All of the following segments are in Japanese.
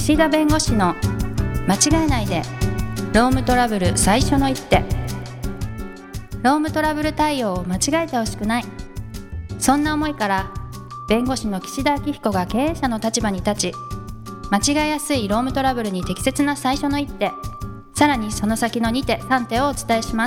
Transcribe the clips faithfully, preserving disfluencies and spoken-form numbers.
岸田弁護士の間違えないでロームトラブル最初の一手。ロームトラブル対応を間違えてほしくない、そんな思いから弁護士の岸田明彦が経営者の立場に立ち、間違えやすいロームトラブルに適切な最初の一手、さらにその先のに手さん手をお伝えします。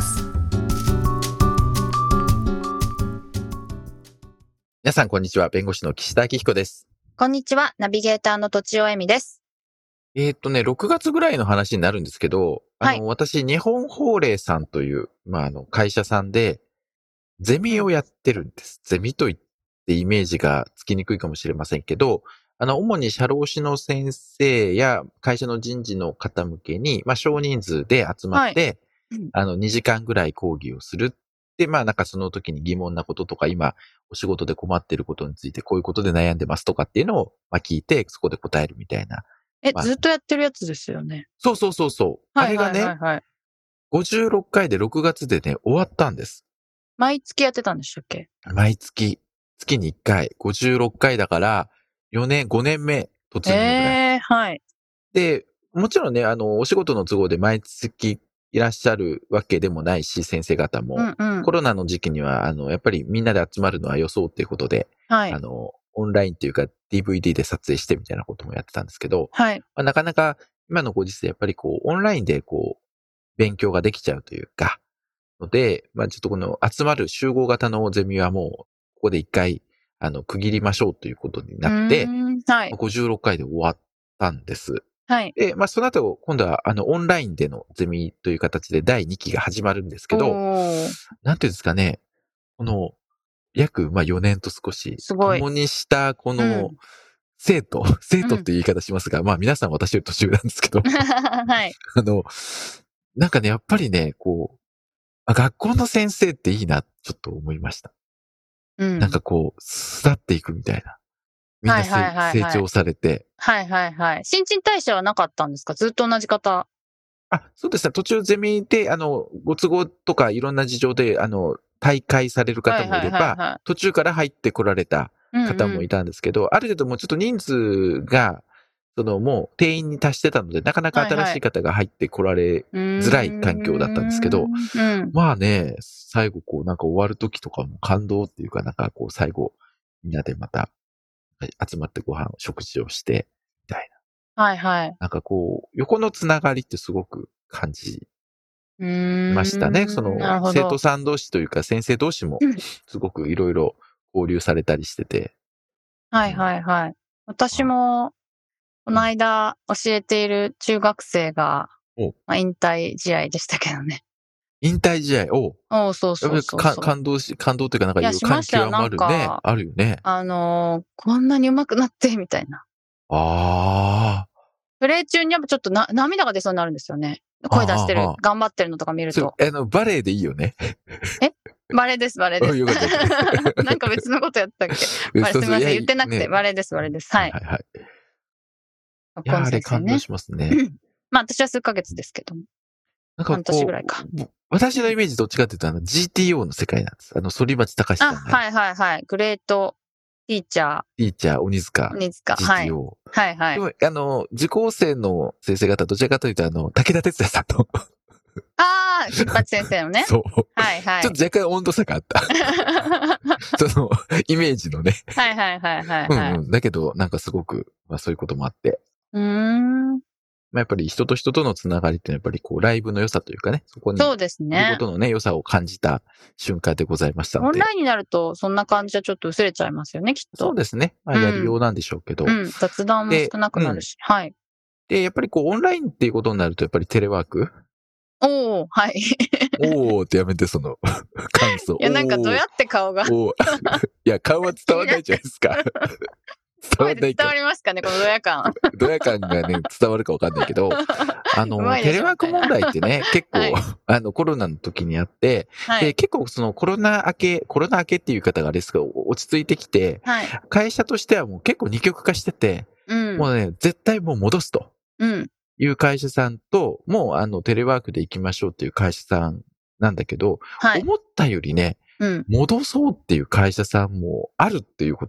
皆さんこんにちは。弁護士の岸田明彦です。 こんにちは。ナビゲーターのとちおえみです。 えーっとね、ろくがつぐらいの話になるんですけど、あの、 はい、 私、日本法令さんという、まあ、あの、会社さんで、ゼミをやってるんです。ゼミといってイメージがつきにくいかもしれませんけど、あの、主に社労士の先生や会社の人事の方向けに、まあ、少人数で集まって、はい、あの、にじかんぐらい講義をする。で、まあ、なんかその時に疑問なこととか、今、お仕事で困っていることについて、こういうことで悩んでますとかっていうのを、まあ、聞いて、そこで答えるみたいな。 え、 まあ、 ずっとやってるやつですよね。 そうそうそうそう。 はいはいはいはい、 あれがね、ごじゅうろっかいでろくがつでね、終わったんです。 毎月やってたんでしたっけ？ 毎月。月にいっかい。ごじゅうろっかいだから、よねん、ごねんめ突入ぐらい。 えー、はい。 で、もちろんね、あの、お仕事の都合で毎月いらっしゃるわけでもないし、先生方も、うんうん、コロナの時期には、あの、やっぱりみんなで集まるのは予想っていうことで、はい、あの、オンラインっていうか ディーブイディー で撮影してみたいなこともやってたんですけど、はい、まあ、なかなか今のご時世やっぱりこう、オンラインでこう、勉強ができちゃうというか、ので、まあちょっとこの集まる集合型のゼミはもう、ここで一回、あの、区切りましょうということになって、はい、ごじゅうろっかいで終わったんです。はい。で、まあその後、今度はあの、オンラインでのゼミという形でだいにきが始まるんですけど、なんていうんですかね、この、約、まあよねんと少し、共にしたこの、生徒、うん、生徒っていう言い方しますが、うん、まあ皆さん私より年上なんですけど、はい。あの、なんかね、やっぱりね、こう、学校の先生っていいな、ちょっと思いました。うん、なんかこう、巣立っていくみたいな。みんな、はいはいはいはい、成長されて。 はいはいはい。新陳代謝はなかったんですか？ずっと同じ方。 あ、そうですね。途中ゼミで、あの、ご都合とかいろんな事情で、あの、退会される方もいれば、はいはいはいはい、途中から入ってこられた方もいたんですけど、うんうん、ある程度もうちょっと人数が、そのもう定員に達してたので、なかなか新しい方が入ってこられづらい環境だったんですけど、うんうん、まあね、最後こうなんか終わる時とかも感動っていうかなんかこう最後みんなでまた集まってご飯、食事をして、みたいな。はいはい。 なんかこう、横のつながりってすごく感じましたね。その生徒さん同士というか先生同士もすごくいろいろ交流されたりしてて。 はいはいはい。私も、この間教えている中学生が、まあ、引退試合でしたけどね。 引退試合をおそうそうそうそう。 感動し、感動というかなんかいろいろ感極まるね。あるよね。 あのー、こんなに上手くなって、みたいな。 ああ。 プレー中にやっぱちょっとな涙が出そうになるんですよね。声出してる、頑張ってるのとか見ると。 あの、バレエでいいよね。 えバレエです、バレエです。なんか別のことやったっけすみません、言ってなくて、ね、バレエです、バレエです。はい。はいはい。 いや、あれ感動しますね。 まあ私は数ヶ月ですけども。なんか半年ぐらいか。 私のイメージどっちかっていうと、あの、ジーティーオー の世界なんです。あの、反町隆史さんが。 あ、はいはいはい。グレートティーチャー。 ティーチャー、鬼塚。 鬼塚。 ジーティーオー。 はい。はいはい。 でも、あの、受講生の先生方、どちらかというと、あの、武田鉄矢さんと。 ああ、金八先生のね。 そう。 はいはい。 ちょっと若干温度差があった。その、イメージのね。 はいはいはいはい、 はい。うんうん。だけど、なんかすごく、まあそういうこともあって。 うーん。 まあ、やっぱり人と人とのつながりってやっぱりこうライブの良さというかね、そこに。 そうですね。 いうことのね、良さを感じた瞬間でございましたので。 オンラインになるとそんな感じはちょっと薄れちゃいますよね、きっと。 そうですね。まあ、やりようなんでしょうけど。 うん、うん、雑談も少なくなるし。うん、はい。 で、やっぱりこうオンラインっていうことになるとやっぱりテレワーク。 おー、はい。 おーってやめてその感想。 いや、なんかどうやって顔が。 おーいや、顔は伝わらないじゃないですか。 伝わ伝わりますかね、このドヤ感。 ドヤ感がね、伝わるかわかんないけど、あの、テレワーク問題ってね、結構、はい、あの、コロナの時にあって、はい、で、結構そのコロナ明け、コロナ明けっていう方があれですが、落ち着いてきて、はい、会社としてはもう結構二極化してて、うん、もうね、絶対もう戻すと。いう会社さんと、もうあの、テレワークで行きましょうっていう会社さんなんだけど、はい、思ったよりね、うん、戻そうっていう会社さんもあるっていうことが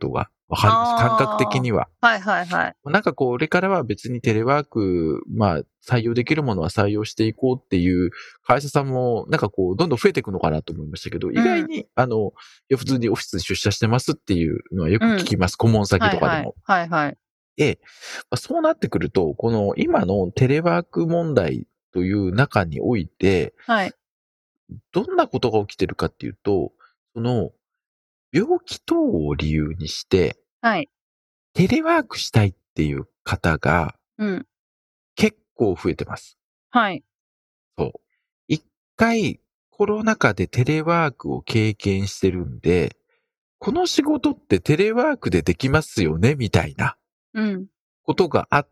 わかります。感覚的には。 はいはいはい。 なんかこれからは別にテレワーク、まあ採用できるものは採用していこうっていう会社さんもなんかこうどんどん増えていくのかなと思いましたけど、意外に、うん、あの、いや普通にオフィスに出社してますっていうのはよく聞きます。うん、顧問先とかでも。 はいはい。はいはい、 で、まあ、そうなってくると、この今のテレワーク問題という中において、 はい。 どんなことが起きてるかっていうと、その、病気等を理由にして、 はい。 テレワークしたいっていう方が、 うん。 結構増えてます。 はい。 そう。一回コロナ禍でテレワークを経験してるんで、この仕事ってテレワークでできますよね、みたいな。 うん。 ことがあって、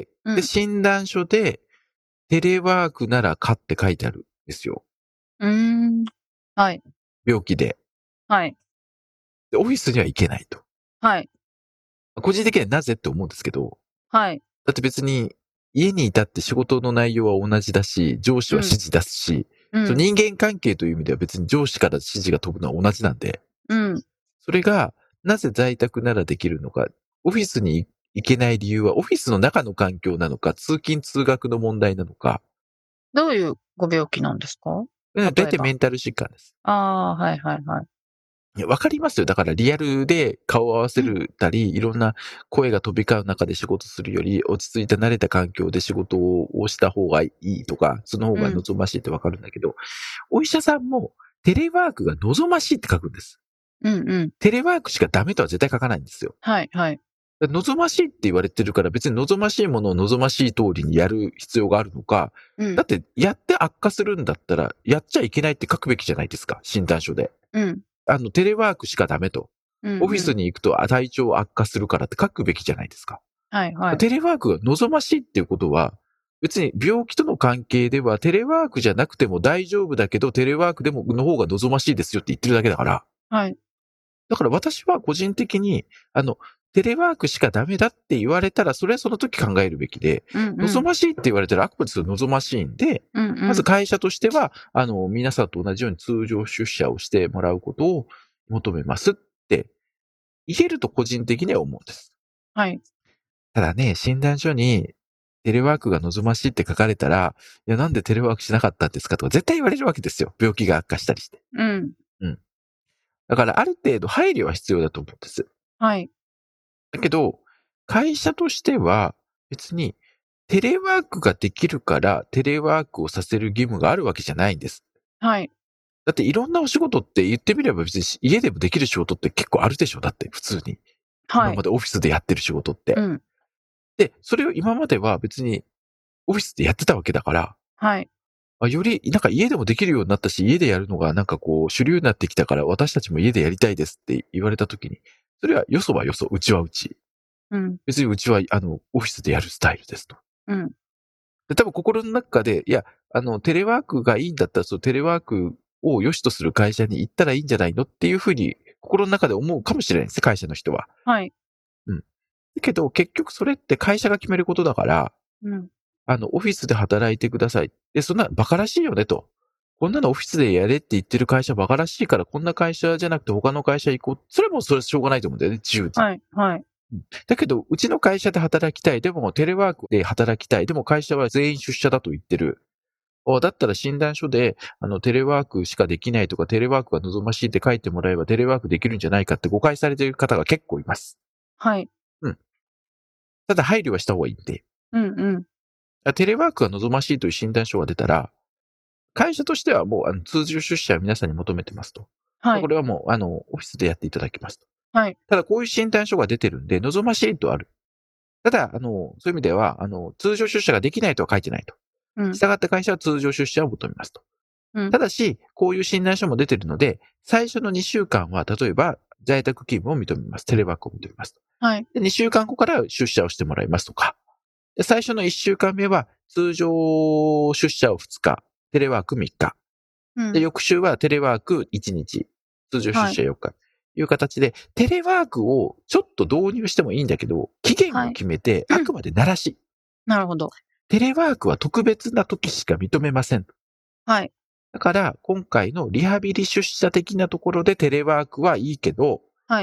うん、 で、診断書で、テレワークならかって書いてあるんですよ。 うーん。はい。 病気で。 はい。 で、オフィスには行けないと。 はい。 個人的にはなぜって思うんですけど。 はい。 だって別に、家にいたって仕事の内容は同じだし、上司は指示出すし、うん、その人間関係という意味では別に上司から指示が飛ぶのは同じなんで。 うん。 それが、なぜ在宅ならできるのか、オフィスに行けない理由はオフィスの中の環境なのか、通勤通学の問題なのか。 どういうご病気なんですか？ 大体メンタル疾患です。 ああ、はいはいはい。 いや、わかりますよ。だからリアルで顔を合わせるたり、うん、いろんな声が飛び交う中で仕事するより、落ち着いた慣れた環境で仕事をした方がいいとか、その方が望ましいってわかるんだけど、うん、お医者さんもテレワークが望ましいって書くんです。 うんうん。 テレワークしかダメとは絶対書かないんですよ。 はいはい。 望ましいって言われてるから別に望ましいものを望ましい通りにやる必要があるのか、うん、だってやって悪化するんだったらやっちゃいけないって書くべきじゃないですか、診断書で。 うん。 あの、テレワークしかダメと。うんうん、オフィスに行くと体調悪化するからって書くべきじゃないですか。 はいはい。 テレワークが望ましいっていうことは、別に病気との関係ではテレワークじゃなくても大丈夫だけど、テレワークでもの方が望ましいですよって言ってるだけだから。 はい。 だから私は個人的に、あの、テレワークしかダメだって言われたら、それはその時考えるべきで、うんうん、望ましいって言われたらあくまでそれ望ましいんで、うんうん、まず会社としては、あの、皆さんと同じように通常出社をしてもらうことを求めますって言えると個人的には思うんです。 はい。 ただね、診断書にテレワークが望ましいって書かれたら、いや、なんでテレワークしなかったんですかとか絶対言われるわけですよ。病気が悪化したりして。 うん。 うん。だからある程度配慮は必要だと思うんです。 はい。 だけど、会社としては別にテレワークができるからテレワークをさせる義務があるわけじゃないんです。 はい。 だっていろんなお仕事って言ってみれば別に家でもできる仕事って結構あるでしょ。だって普通に。はい。今までオフィスでやってる仕事って。うん。で、それを今までは別にオフィスでやってたわけだから。 はい。 より、なんか家でもできるようになったし、家でやるのがなんかこう主流になってきたから私たちも家でやりたいですって言われたときに、それはよそはよそ、うちはうち。うん。別にうちはあの、オフィスでやるスタイルですと。うん。で、多分心の中で、いや、あの、テレワークがいいんだったら、そのテレワークを良しとする会社に行ったらいいんじゃないのっていうふうに心の中で思うかもしれないですね、会社の人は。 はい。 うん。だけど、結局それって会社が決めることだから、うん。あの、オフィスで働いてください。で、そんな馬鹿らしいよねと。こんなのオフィスでやれって言ってる会社馬鹿らしいから、こんな会社じゃなくて他の会社行こう。それもそれしょうがないと思うんだよね、自由に。 はい、はい。 だけど、うちの会社で働きたい。でも、テレワークで働きたい。でも、会社は全員出社だと言ってる。だったら診断書で、あの、テレワークしかできないとか、テレワークが望ましいって書いてもらえば、テレワークできるんじゃないかって誤解されている方が結構います。 はい。 うん。ただ、配慮はした方がいいんで。 うんうん。 テレワークが望ましいという診断書が出たら、会社としてはもう、あの、通常出社は皆さんに求めてますと。はい。これはもう、あの、オフィスでやっていただきますと。 はい。 ただ、こういう診断書が出てるんで、望ましいとある。ただ、あの、そういう意味では、あの、通常出社ができないとは書いてないと。うん。従って会社は通常出社を求めますと。うん。ただし、こういう診断書も出てるので、最初のにしゅうかんは、例えば、在宅勤務を認めます。テレワークを認めますと。はい。で、にしゅうかんごから出社をしてもらいますとか。で、最初のいっしゅうかんめは、通常出社をふつか、テレワークみっか。うん。で、翌週はテレワークいちにち、通常出社よっか。はい、いう形で、テレワークをちょっと導入してもいいんだけど、期限を決めて、あくまでならし。はい、 なるほど。 テレワークは特別な時しか認めません。 はい。 だから、今回のリハビリ出社的なところでテレワークはいいけど、 はい。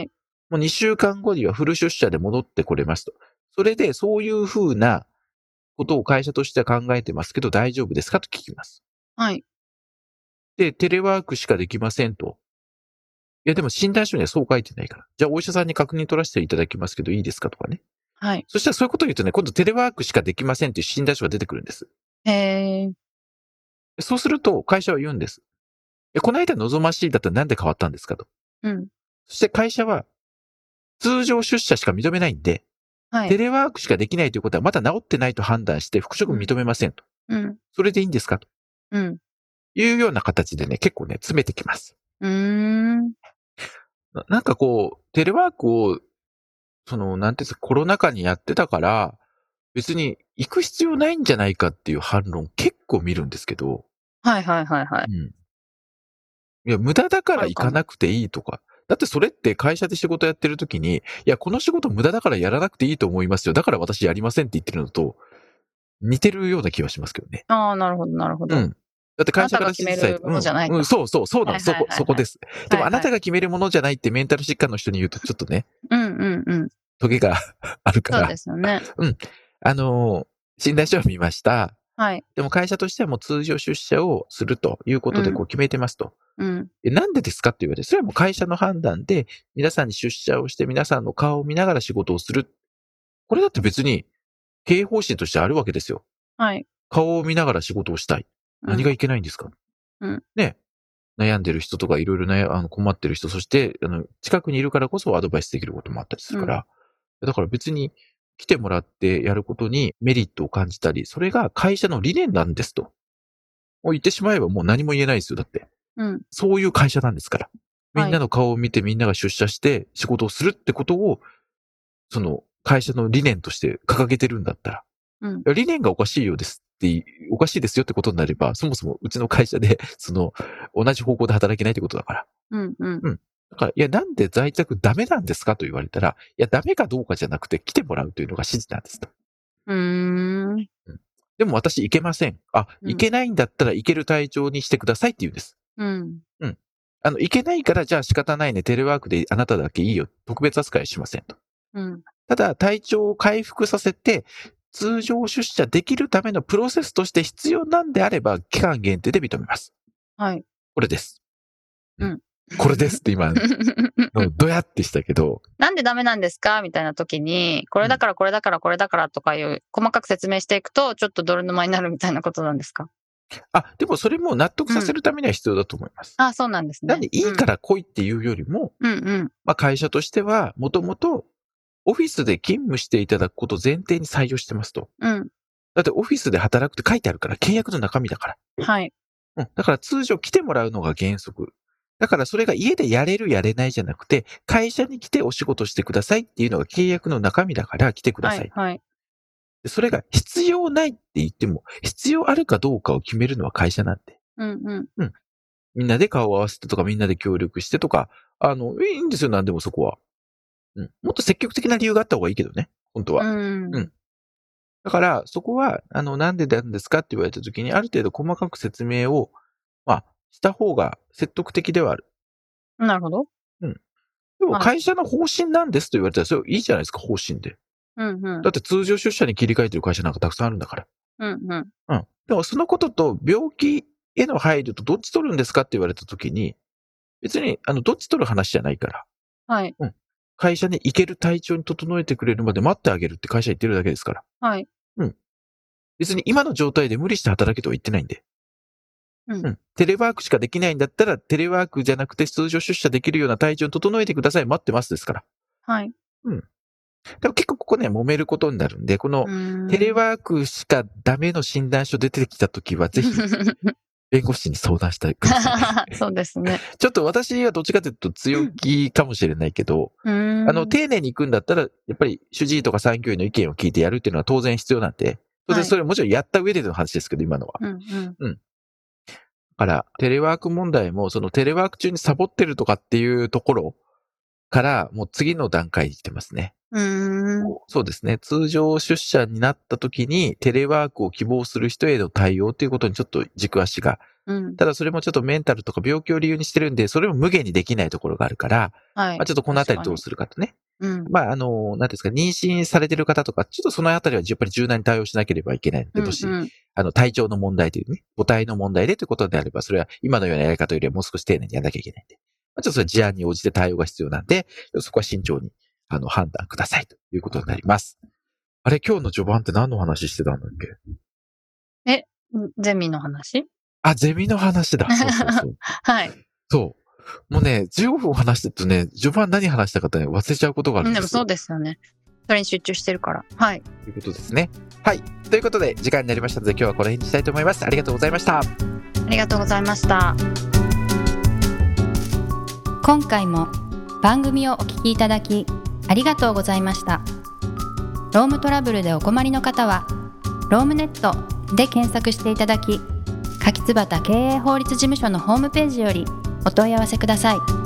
もうにしゅうかんごにはフル出社で戻ってこれますと。それで、そういうふうなことを会社としては考えてますけど大丈夫ですかと聞きます。 はい。 で、テレワークしかできませんと。いや、でも診断書にはそう書いてないから。じゃあお医者さんに確認取らせていただきますけどいいですかとかね。 はい。 そしたらそういうことを言うとね、今度テレワークしかできませんっていう診断書が出てくるんです。 へー。 そうすると会社は言うんです。この間望ましいだったらなんで変わったんですかと。 うん。 そして会社は通常出社しか認めないんで、はい、テレワークしかできないということはまだ治ってないと判断して復職認めませんと。 うん。 それでいいんですかと。 うん。 いうような形でね、結構ね、詰めてきます。 うーん。 な, なんかこう、テレワークを、その、なんていうんですか、コロナ禍にやってたから、別に行く必要ないんじゃないかっていう反論結構見るんですけど。 はいはいはいはい。 うん。いや、無駄だから行かなくていいとか。だってそれって会社で仕事やってる時に、いや、この仕事無駄だからやらなくていいと思いますよ。だから私やりませんって言ってるのと、似てるような気はしますけどね。 ああ、なるほど、なるほど。 うん。だって会社から決めるものじゃないか、 うん、うん、そうそう、そうなの、そこ、そこです。でもあなたが決めるものじゃないってメンタル疾患の人に言うとちょっとね。 うんうんうん。 トゲがあるから。 そうですよね。 うん。あのー、診断書を見ました。 はい。 でも会社としてはもう通常出社をするということでこう決めてますと。 うん。 え、なんでですかって言われて、それはもう会社の判断で、皆さんに出社をして皆さんの顔を見ながら仕事をする。これだって別に経営方針としてあるわけですよ。 はい。 顔を見ながら仕事をしたい。何がいけないんですか、 うん、 ね。悩んでる人とかいろいろ悩あの困ってる人、そしてあの近くにいるからこそアドバイスできることもあったりするから、うん、だから別に来てもらってやることにメリットを感じたり、それが会社の理念なんですと。もう言ってしまえばもう何も言えないですよ、だって。 うん、 そういう会社なんですから。みんなの顔を見てみんなが出社して仕事をするってことを、その会社の理念として掲げてるんだったら、うん、理念がおかしいようですって、おかしいですよってことになれば、そもそもうちの会社で、その、同じ方向で働けないってことだから。 うんうん。 うん。だから、いや、なんで在宅ダメなんですかと言われたら、いや、ダメかどうかじゃなくて来てもらうというのが指示なんですと。 うーん。うん。 でも私行けません。あ、行けないんだったら行ける体調にしてくださいって言うんです。うん。うん。あの、行けないからじゃあ仕方ないね。テレワークであなただけいいよ。特別扱いしませんと。うん。ただ、体調を回復させて、通常出社できるためのプロセスとして必要なんであれば、期間限定で認めます。 はい。 これです。うん。これですって今、どやってしたけど。 なんでダメなんですかみたいな時に、これだからこれだからこれだからとかいう細かく説明していくと、ちょっと泥沼になるみたいなことなんですか？ あ、でもそれも納得させるためには必要だと思います。 うん、あ、そうなんですね。 なんでいいから来いっていうよりも、 うんうん、 まあ会社としては、もともとオフィスで勤務していただくことを前提に採用してますと。 うん。 だってオフィスで働くって書いてあるから、契約の中身だから。 はい。 うん。だから通常来てもらうのが原則。だからそれが家でやれるやれないじゃなくて、会社に来てお仕事してくださいっていうのが契約の中身だから来てください。はい、はい。それが必要ないって言っても、必要あるかどうかを決めるのは会社なんで。 うんうん。 うん。みんなで顔を合わせてとか、みんなで協力してとか、あの、いいんですよ、なんでもそこは。うん。もっと積極的な理由があった方がいいけどね、本当は。うん。うん。だから、そこは、あの、なんでなんですかって言われたときに、ある程度細かく説明を、まあ、した方が説得的ではある。 なるほど。 うん。でも、会社の方針なんですと言われたら、それいいじゃないですか、方針で。 うんうん。 だって通常出社に切り替えてる会社なんかたくさんあるんだから。 うんうん。 うん。でも、そのことと病気への配慮とどっち取るんですかって言われたときに、別に、あの、どっち取る話じゃないから。 はい。 うん。会社に行ける体調に整えてくれるまで待ってあげるって会社言ってるだけですから。 はい。 うん。別に今の状態で無理して働けとは言ってないんで。 うん。 うん。テレワークしかできないんだったら、テレワークじゃなくて通常出社できるような体調に整えてください。待ってますですから。 はい。 うん。でも結構ここね、揉めることになるんで、このテレワークしかダメの診断書出てきたときは、ぜひ、弁護士に相談したいください。 そうですね。 ちょっと私はどっちかというと強気かもしれないけど、あの、丁寧に行くんだったら、やっぱり主治医とか産業医の意見を聞いてやるっていうのは当然必要なんで、当然それもちろんやった上での話ですけど、今のは。 うんうん。 うん。だから、テレワーク問題も、そのテレワーク中にサボってるとかっていうところからもう次の段階に来てますね。 うーん。 そうですね。通常出社になった時にテレワークを希望する人への対応ということにちょっと軸足が。うん、ただそれもちょっとメンタルとか病気を理由にしてるんで、それも無限にできないところがあるから、はい、まあ、ちょっとこのあたりどうするかとね。うん、まあ、あの、なんですか、妊娠されてる方とか、ちょっとそのあたりはやっぱり柔軟に対応しなければいけないので、もし、うんうん、あの、体調の問題というね、母体の問題でということであれば、それは今のようなやり方よりはもう少し丁寧にやらなきゃいけないんで、まあ、ちょっとそれ事案に応じて対応が必要なんで、そこは慎重に、あの、判断くださいということになります。あれ、今日の序盤って何の話してたんだっけ？え、ゼミの話？ あ、ゼミの話だ。そうそうそう。 はい。 そう。もうね、じゅうごふん話してるとね、序盤何話したかってね、忘れちゃうことがあるんですよ。 でもそうですよね。それに集中してるから。はい。 ということですね。はい。ということで、時間になりましたので、今日はこの辺にしたいと思います。ありがとうございました。ありがとうございました。 今回も番組をお聞きいただき、ありがとうございました。ロームトラブルでお困りの方は、ロームネットで検索していただき、柿椿経営法律事務所のホームページよりお問い合わせください。